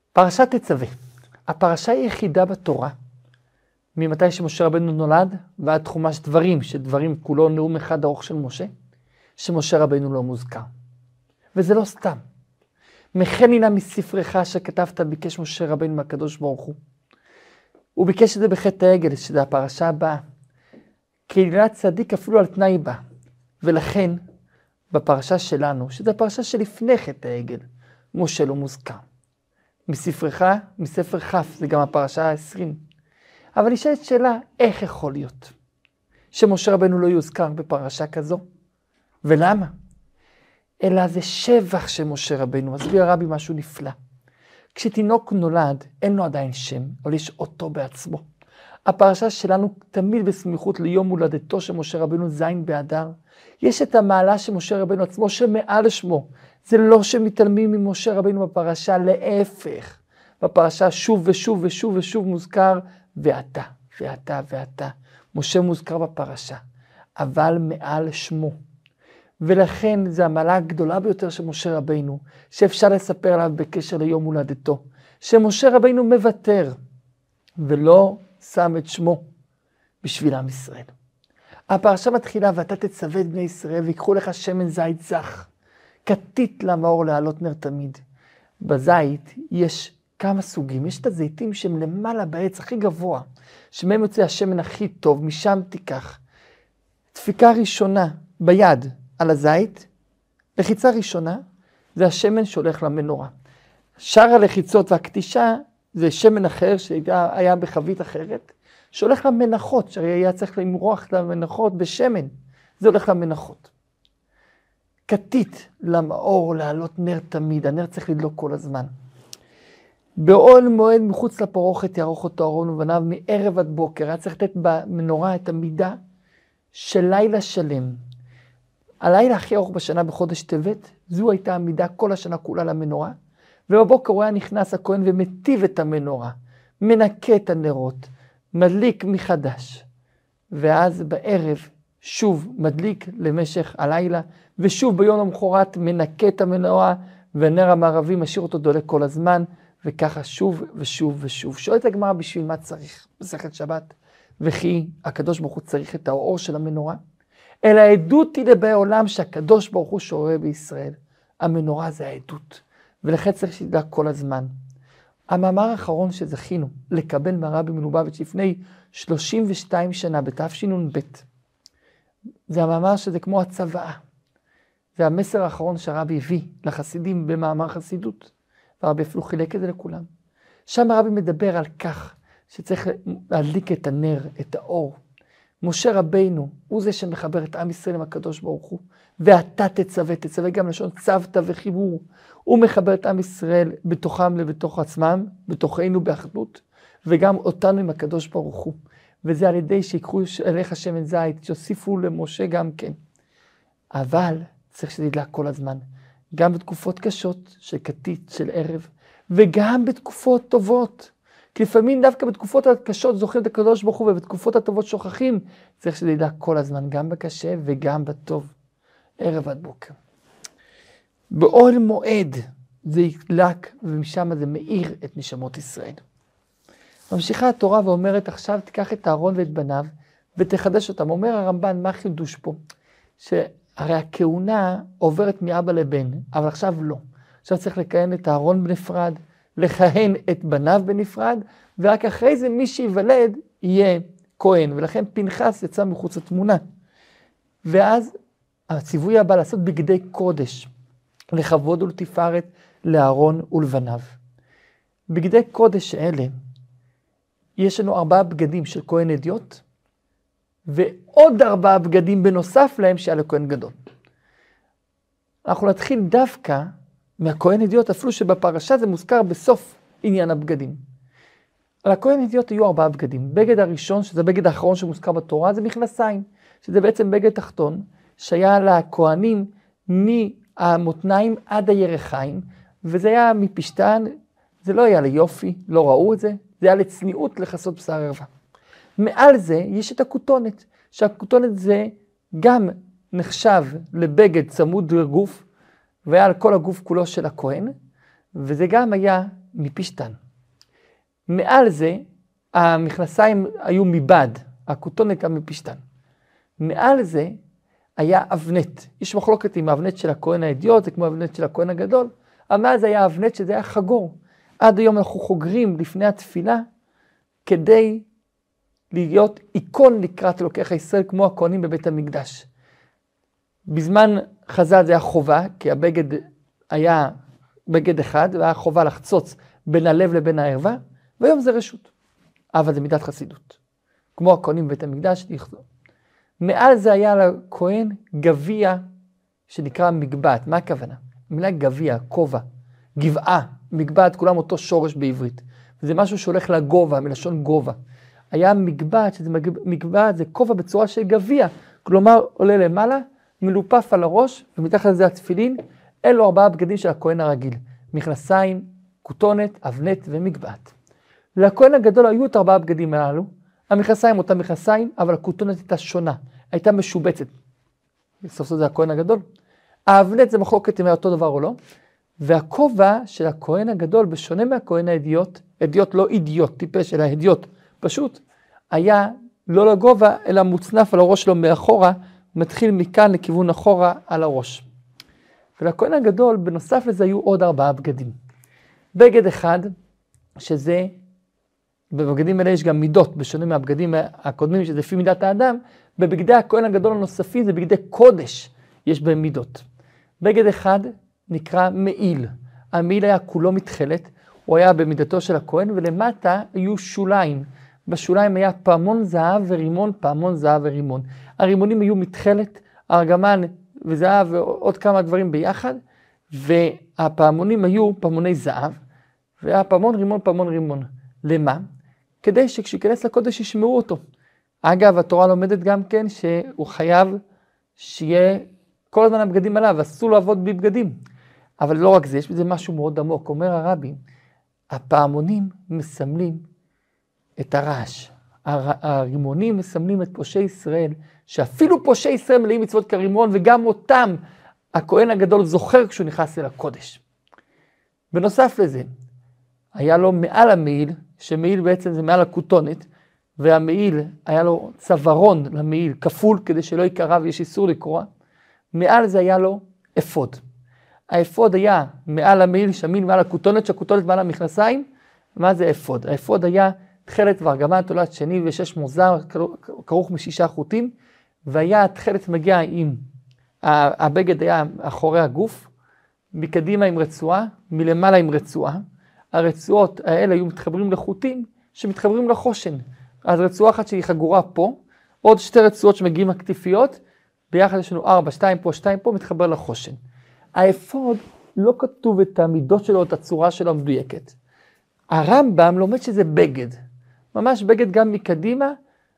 פרשת תצווה, הפרשה היחידה בתורה, ממתי שמשה רבנו נולד ועד חומש דברים, שדברים כולו נאום אחד ארוך של משה, שמשה רבנו לא מוזכר. וזה לא סתם. מכן הנה מספרך שכתבת ביקש משה רבנו מהקדוש ברוך הוא. הוא ביקש את זה בחטא העגל, שזה הפרשה הבאה. קהילת צדיק אפילו על תנאי בה. ולכן, בפרשה שלנו, שזה הפרשה שלפני חטא העגל, משה לא מוזכר. מספרך, מספר כ', זה גם הפרשה ה-20. אבל נשאלת שאלה, איך יכול להיות שמשה רבנו לא יוזכר בפרשה כזו? ולמה? אלא זה שבח של משה רבנו. מסביר הרבי משהו נפלא. כשתינוק נולד, אין לו עדיין שם, אבל יש אותו בעצמו. הפרשה שלנו תמיד בסמיכות ליום הולדתו של משה רבנו זין באדר. יש את המעלה של משה רבנו עצמו שמעל שמו. זה לא שמתעלמים ממשה רבנו בפרשה, להפך. בפרשה שוב ושוב ושוב ושוב מוזכר, ואתה, ואתה, ואתה. משה מוזכר בפרשה, אבל מעל שמו. ולכן זה המעלה הגדולה ביותר של משה רבנו, שאפשר לספר עליו בקשר ליום הולדתו. שמשה רבנו מוותר, ולא שם את שמו בשביל עם ישראל. הפרשה מתחילה, ואתה תצווה את בני ישראל, ויקחו לך שמן זית זך, כתית למאור להעלות נר תמיד. בזית יש כמה סוגים, יש את הזיתים שהם למעלה בעץ הכי גבוה, שמהם יוצא השמן הכי טוב, משם תיקח. דפיקה ראשונה ביד על הזית, לחיצה ראשונה, זה השמן שהולך למנורה. שאר הלחיצות והקטישה, זה שמן אחר שהיה בחבית אחרת, שהולך למנחות, שהיה צריך למרוח למנחות בשמן, זה הולך למנחות. כתית למאור להעלות נר תמיד, הנר צריך לדלוק כל הזמן. באוהל מועד מחוץ לפרוכת יערוך אותו אהרון ובניו מערב עד בוקר, היה צריך לתת במנורה את המידה של לילה שלם. הלילה הכי ארוך בשנה בחודש טבת, זו הייתה המידה כל השנה כולה למנורה, ובבוקר הוא היה נכנס הכהן ומטיב את המנורה, מנקה את הנרות, מדליק מחדש, ואז בערב שוב מדליק למשך הלילה, ושוב ביום המחרת מנקה את המנורה, ונר המערבי משאיר אותו דולק כל הזמן, וככה שוב ושוב ושוב. שואלת הגמרא בשביל מה צריך מסכת שבת, וכי הקדוש ברוך הוא צריך את האור של המנורה, אלא העדות היא לבאי עולם שהקדוש ברוך הוא שורה בישראל. המנורה זה העדות, ולכן צריך שידע כל הזמן. המאמר האחרון שזכינו לקבל מהרבי מלובביץ' לפני 32 שנה בתשנ"ב, זה המאמר שזה כמו הצוואה. זה המסר האחרון שהרבי הביא לחסידים במאמר חסידות, והרבי אפילו חילק את זה לכולם. שם הרבי מדבר על כך שצריך להדליק את הנר, את האור. משה רבינו הוא זה שמחבר את עם ישראל עם הקדוש ברוך הוא, ואתה תצווה, תצווה גם לשון צוותא וחיבור. הוא מחבר את עם ישראל בתוכם לבתוך עצמם, בתוכנו באחדות, וגם אותנו עם הקדוש ברוך הוא. וזה על ידי שיקחו אליך שמן זית, שיוסיפו למשה גם כן. אבל צריך שזה ידלק כל הזמן, גם בתקופות קשות של כתית, של ערב, וגם בתקופות טובות. כי לפעמים דווקא בתקופות הקשות זוכרים את הקדוש ברוך הוא, ובתקופות הטובות שוכחים, צריך שזה ידלק כל הזמן, גם בקשה וגם בטוב, ערב עד בוקר. באוהל מועד זה ידלק, ומשם זה מאיר את נשמות ישראל. ממשיכה התורה ואומרת, עכשיו תיקח את הארון ואת בניו, ותחדש אותם. אומר הרמב"ן, מה החידוש פה? שהרי הכהונה עוברת מאבא לבן, אבל עכשיו לא. עכשיו צריך לכהן את הארון בנפרד, לכהן את בניו בנפרד, ורק אחרי זה מי שיוולד יהיה כהן, ולכן פנחס יצא מחוץ לתמונה. ואז הציווי הבא לעשות בגדי קודש, לכבוד ולתפארת לאהרון ולבניו. בגדי קודש אלה, יש לנו 4 בגדים של כהן אדיוט, ועוד 4 בגדים בנוסף להם שהיה לכהן גדול. אנחנו נתחיל דווקא מהכהן אדיוט, אפילו שבפרשה זה מוזכר בסוף עניין הבגדים. על הכהן אדיוט היו 4 בגדים. בגד הראשון, שזה בגד האחרון שמוזכר בתורה, זה מכנסיים, שזה בעצם בגד תחתון, שהיה לכהנים מהמותניים עד הירכיים, וזה היה מפשטן, זה לא היה ליופי, לא ראו את זה, זה היה לצניעות לכסות בשר ערווה. מעל זה יש את הכותונת, שהכותונת זה גם נחשב לבגד צמוד לגוף, והיה על כל הגוף כולו של הכהן, וזה גם היה מפשתן. מעל זה, המכנסיים היו מבד, הכותונת גם מפשתן. מעל זה היה אבנט. יש מחלוקת עם האבנט של הכהן האדיוט, זה כמו האבנט של הכהן הגדול, אבל מעל זה היה אבנט שזה היה חגור. עד היום אנחנו חוגרים לפני התפילה, כדי להיות איקון לקראת אלוקיך ישראל, כמו הכהנים בבית המקדש. בזמן חז"ל זה היה חובה, כי הבגד היה בגד אחד, והיה חובה לחצוץ בין הלב לבין הערווה, והיום זה רשות. אבל זה מידת חסידות. כמו הכהנים בבית המקדש, מעל זה היה לכהן גביע, שנקרא מגבעת. מה הכוונה? המילה גביע, כובע, גבעה, מגבעת, כולם אותו שורש בעברית. וזה משהו שהולך לגובה, מלשון גובה. היה מגבעת, שזה מגבעת, זה כובע בצורה של גביע. כלומר, עולה למעלה, מלופף על הראש, ומתחת לזה התפילין, אלו 4 בגדים של הכהן הרגיל. מכנסיים, כותונת, אבנט ומגבעת. לכהן הגדול היו את 4 בגדים הללו. המכנסיים אותם מכנסיים, אבל הכותונת הייתה שונה. הייתה משובצת. סוף סוף זה הכהן הגדול. האבנט זה מחלוקת אם היה אותו דבר או לא. והכובע של הכהן הגדול, בשונה מהכהן האדיוט, אדיוט לא אידיוט, טיפש, אלא אדיוט, פשוט, היה לא לגובה, אלא מוצנף על הראש שלו מאחורה, מתחיל מכאן לכיוון אחורה על הראש. ולכהן הגדול, בנוסף לזה, היו עוד 4 בגדים. בגד אחד, שזה, בבגדים האלה יש גם מידות, בשונה מהבגדים הקודמים, שזה לפי מידת האדם, בבגדי הכהן הגדול הנוספים, זה בגדי קודש, יש בהם מידות. בגד אחד נקרא מעיל. המעיל היה כולו מתחלת, הוא היה במידתו של הכהן, ולמטה היו שוליים. בשוליים היה פעמון זהב ורימון, פעמון זהב ורימון. הרימונים היו מתחלת, ארגמן וזהב ועוד כמה דברים ביחד, והפעמונים היו פעמוני זהב, והפעמון רימון, פעמון רימון. למה? כדי שכשייכנס לקודש ישמעו אותו. אגב, התורה לומדת גם כן שהוא חייב שיהיה כל הזמן הבגדים עליו, אסור לעבוד בבגדים. אבל לא רק זה, יש בזה משהו מאוד עמוק. אומר הרבי, הפעמונים מסמלים את הרעש. הרימונים מסמלים את פושעי ישראל, שאפילו פושעי ישראל מלאים מצוות כרימון, וגם אותם הכהן הגדול זוכר כשהוא נכנס אל הקודש. בנוסף לזה, היה לו מעל המעיל, שמעיל בעצם זה מעל הכותונת, והמעיל היה לו צווארון למעיל, כפול כדי שלא יקרא ויש איסור לקרוע. מעל זה היה לו אפוד. האפוד היה מעל המעיל, שמעיל מעל הכותונת, שהכותונת מעל המכנסיים. מה זה אפוד? האפוד היה תכלת וארגמן, תולעת שני ושש מוזר, כרוך מ6 חוטים, והיה התכלת מגיע עם, הבגד היה אחורי הגוף, מקדימה עם רצועה, מלמעלה עם רצועה. הרצועות האלה היו מתחברים לחוטים שמתחברים לחושן. אז רצועה אחת שהיא חגורה פה, עוד 2 רצועות שמגיעים הכתפיות, ביחד יש לנו 4, 2 פה, 2 פה, מתחבר לחושן. האפוד לא כתוב את המידות שלו, את הצורה שלו המדויקת. הרמב"ם לומד שזה בגד. ממש בגד גם מקדימה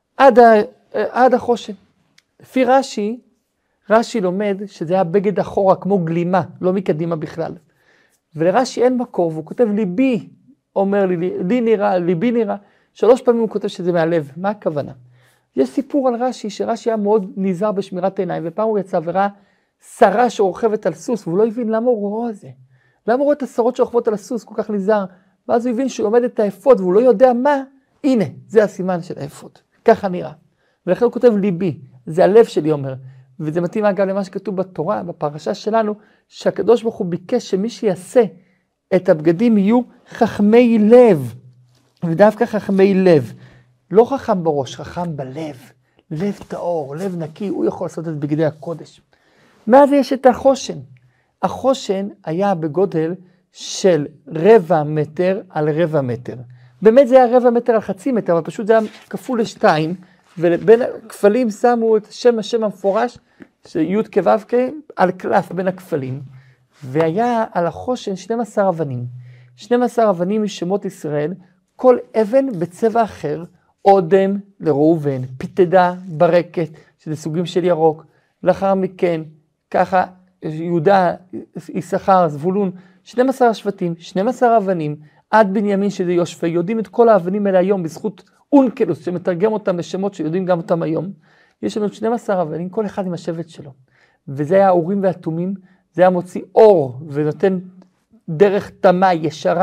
עד החושן. לפי רש"י לומד שזה היה בגד אחורה כמו גלימה, לא מקדימה בכלל. ולרש"י אין מקור, והוא כותב ליבי, אומר לי נראה, ליבי נראה. 3 פעמים הוא כותב שזה מהלב. מה הכוונה? יש סיפור על רש"י, שרש"י היה מאוד נזהר בשמירת עיניים, ופעם הוא יצא וראה שרה שרוכבת על סוס, והוא לא הבין למה הוא רואה את זה. למה הוא רואה את השרות שרוכבות על הסוס, כל כך נזהר? ואז הוא הבין שהוא לומד את האפוד, והוא לא יודע מה, הנה, זה הסימן של האפוד. ככה נראה. ולכן הוא כותב ליבי, זה הלב שלי אומר. וזה מתאים אגב למה שכתוב בתורה, בפרשה שלנו, שהקדוש ברוך הוא ביקש שמי שיעשה את הבגדים יהיו חכמי לב. ודווקא חכמי לב. לא חכם בראש, חכם בלב. לב טהור, לב נקי, הוא יכול לעשות את בגדי הקודש. מאז יש את החושן. החושן היה בגודל של 1/4 מטר על 1/4 מטר. באמת זה היה 1/4 מטר על 0.5 מטר, אבל פשוט זה היה כפול ל2, ובין הכפלים שמו את השם המפורש, י' כו' על קלף בין הכפלים, והיה על החושן 12 אבנים. 12 אבנים משמות ישראל, כל אבן בצבע אחר, אודם לראובן, פיתדה, ברקת, שזה סוגים של ירוק, לאחר מכן, ככה, יהודה, יששכר, זבולון, 12 השבטים, 12 אבנים, עד בנימין שזה יושבי, יודעים את כל האבנים האלה היום בזכות אונקלוס, שמתרגם אותם לשמות שיודעים גם אותם היום. יש לנו 12 אבנים, כל אחד עם השבט שלו. וזה היה האורים והתומים, זה היה מוציא אור ונותן דרך תמה ישרה,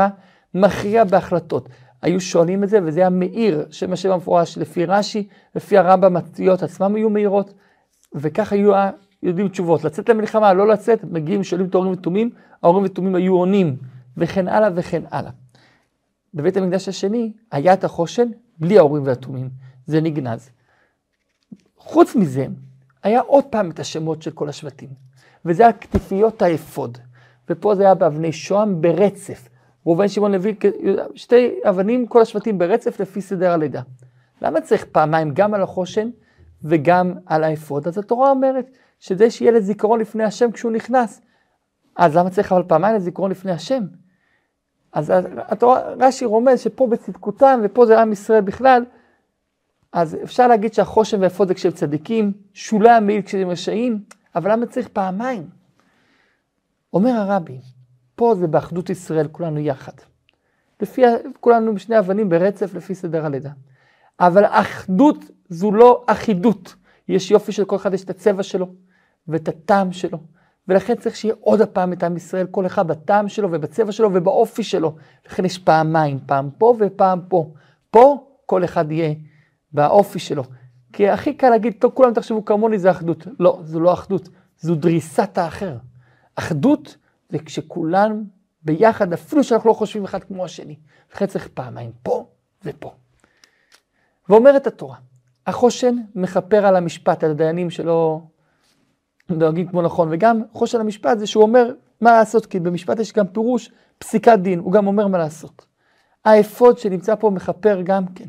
מכריע בהחלטות. היו שואלים את זה, וזה היה מאיר, שם השם המפורש, לפי רש"י, לפי הרמב"ם, התביעות עצמם היו מהירות, וכך היו יודעים תשובות. לצאת למלחמה, לא לצאת, מגיעים, שואלים את ההורים ותומים, ההורים ותומים היו עונים, וכן הלאה וכן הלאה. בבית המקדש השני היה את החושן בלי ההורים והתומים, זה נגנז. חוץ מזה, היה עוד פעם את השמות של כל השבטים, וזה הכתפיות האפוד, ופה זה היה באבני שוהם ברצף, ראובן שמעון לוי, שתי אבנים, כל השבטים ברצף לפי סדר הלידה. למה צריך פעמיים גם על החושן וגם על האפוד? אז התורה אומרת שזה שיהיה לזיכרון לפני השם כשהוא נכנס. אז למה צריך אבל פעמיים לזיכרון לפני השם? אז התורה, רש"י רומז שפה בצדקותם ופה זה עם ישראל בכלל, אז אפשר להגיד שהחושן והאפוד זה כשהם צדיקים, שולי המעיל כשהם רשעים, אבל למה צריך פעמיים? אומר הרבי, פה זה באחדות ישראל, כולנו יחד. כולנו בשני אבנים ברצף לפי סדר הלידה. אבל אחדות זו לא אחידות. יש יופי של כל אחד, יש את הצבע שלו ואת הטעם שלו. ולכן צריך שיהיה עוד הפעם את עם ישראל, כל אחד בטעם שלו ובצבע שלו ובאופי שלו. לכן יש פעמיים, פעם פה ופעם פה. פה כל אחד יהיה באופי שלו. כי הכי קל להגיד, טוב, כולם תחשבו כמוני, זה אחדות. לא, זו לא אחדות, זו דריסת האחר. אחדות זה כשכולם ביחד, אפילו שאנחנו לא חושבים אחד כמו השני. לכן צריך פעמיים, פה ופה. ואומרת התורה, החושן מחפר על המשפט, על הדיינים שלא דואגים כמו נכון, וגם חושן המשפט זה שהוא אומר מה לעשות, כי במשפט יש גם פירוש פסיקת דין, הוא גם אומר מה לעשות. האפוד שנמצא פה מחפר גם כן,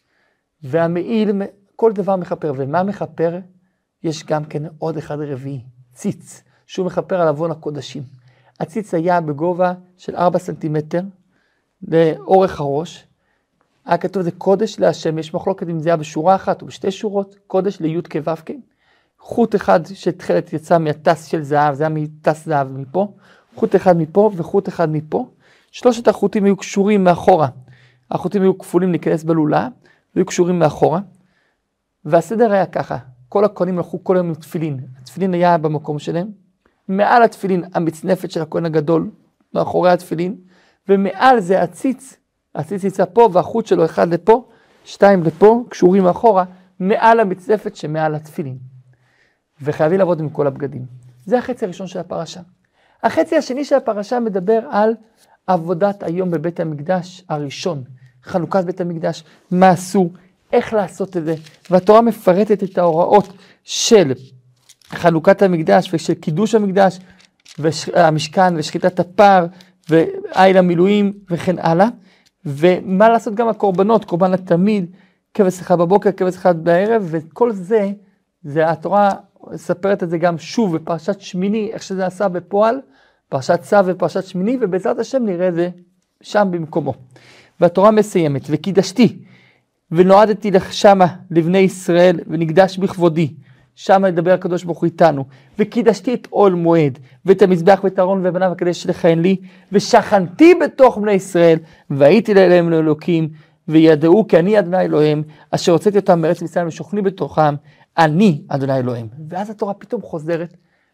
והמעיל, כל דבר מחפר, ומה מחפר? יש גם כן עוד אחד רביעי, ציץ, שהוא מחפר על עוון הקודשים. הציץ היה בגובה של 4 סנטימטר לאורך הראש, היה כתוב זה קודש להשם, יש מחלוקת אם זה היה בשורה אחת או בשתי שורות, קודש לי' כו' כן. חוט אחד שתחילת יצא מהטס של זהב, זה היה מטס זהב מפה, חוט אחד מפה וחוט אחד מפה. 3 החוטים היו קשורים מאחורה, החוטים היו כפולים להיכנס בלולה, והיו קשורים מאחורה. והסדר היה ככה, כל הכהנים הלכו כל יום עם תפילין, התפילין היה במקום שלהם, מעל התפילין המצנפת של הכהן הגדול, מאחורי התפילין, ומעל זה הציץ, הציץ יצא פה והחוט שלו 1 לפה, 2 לפה, קשורים מאחורה, מעל המצנפת שמעל התפילין. וחייבים לעבוד עם כל הבגדים. זה החצי הראשון של הפרשה. החצי השני של הפרשה מדבר על עבודת היום בבית המקדש הראשון, חנוכת בית המקדש, מה עשו, איך לעשות את זה, והתורה מפרטת את ההוראות של חנוכת המקדש ושל קידוש המקדש, והמשכן ושחיטת הפר, ועיל המילואים וכן הלאה, ומה לעשות גם הקורבנות, קורבן התמיד, כבש אחד בבוקר, כבש אחד בערב, וכל זה, התורה מספרת את זה גם שוב בפרשת שמיני, איך שזה עשה בפועל, פרשת צו ופרשת שמיני, ובעזרת השם נראה את זה שם במקומו. והתורה מסיימת, וקידשתי, ונועדתי לך שמה לבני ישראל, ונקדש בכבודי, שם ידבר הקדוש ברוך הוא איתנו, וקידשתי את אוהל מועד, ואת המזבח ואת אהרון ובניו הקדש לכהן לי, ושכנתי בתוך בני ישראל, והייתי להם לאלוקים, וידעו כי אני אדוני אלוהים, אשר הוצאתי אותם מארץ מצרים ושוכני בתוכם, אני אדוני אלוהים. ואז התורה פתאום חוזרת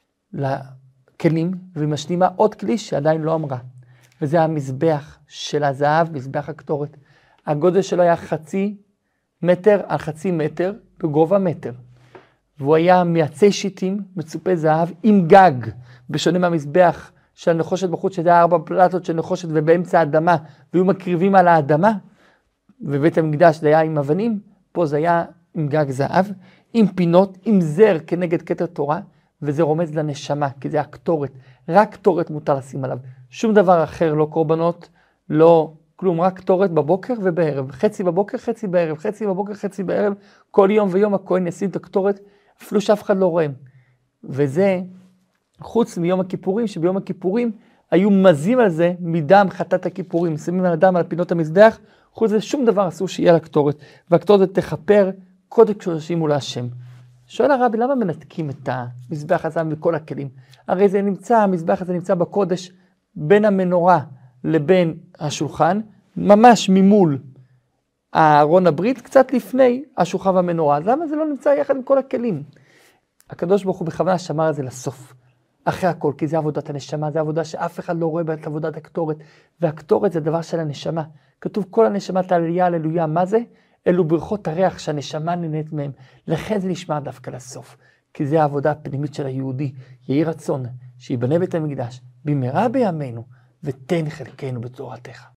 לכלים, ומשלימה עוד כלי שעדיין לא אמרה, וזה המזבח של הזהב, מזבח הקטורת. הגודל שלו היה 0.5 מטר על 0.5 מטר, בגובה מטר. והוא היה מעצי שיטים, מצופי זהב, עם גג, בשונה מהמזבח של נחושת בחוץ, שזה היה 4 פלטות של נחושת ובאמצע האדמה, והיו מקריבים על האדמה, ובית המקדש זה היה עם אבנים, פה זה היה עם גג זהב, עם פינות, עם זר כנגד כתר תורה, וזה רומז לנשמה, כי זה הקטורת, רק קטורת מותר לשים עליו, שום דבר אחר, לא קורבנות, לא כלום, רק קטורת בבוקר ובערב, חצי בבוקר, חצי בערב, חצי בבוקר, חצי בערב, כל יום ויום הכהן ישים את הקטורת, אפילו שאף אחד לא רואה. וזה חוץ מיום הכיפורים, שביום הכיפורים היו מזים על זה מדם חטאת הכיפורים, שמים על הדם על פינות המזבח, חוץ זה שום דבר אסור שיהיה לקטורת, והקטורת תכפר קודש קודשים מול השם. שואל הרבי, למה מנתקים את המזבח הזה מכל הכלים? הרי זה נמצא, המזבח הזה נמצא בקודש בין המנורה לבין השולחן, ממש ממול הארון הברית, קצת לפני השולחן והמנורה. אז למה זה לא נמצא יחד עם כל הכלים? הקדוש ברוך הוא בכוונה שמר את זה לסוף. אחרי הכל, כי זה עבודת הנשמה, זה עבודה שאף אחד לא רואה בה את עבודת הקטורת, והקטורת זה דבר של הנשמה. כתוב כל הנשמה תהללויה, הללויה, מה זה? אלו ברכות הריח שהנשמה נהנית מהם. לכן זה נשמע דווקא לסוף, כי זה העבודה הפנימית של היהודי. יהי רצון שיבנה בית המקדש במהרה בימינו, ותן חלקנו בתורתך.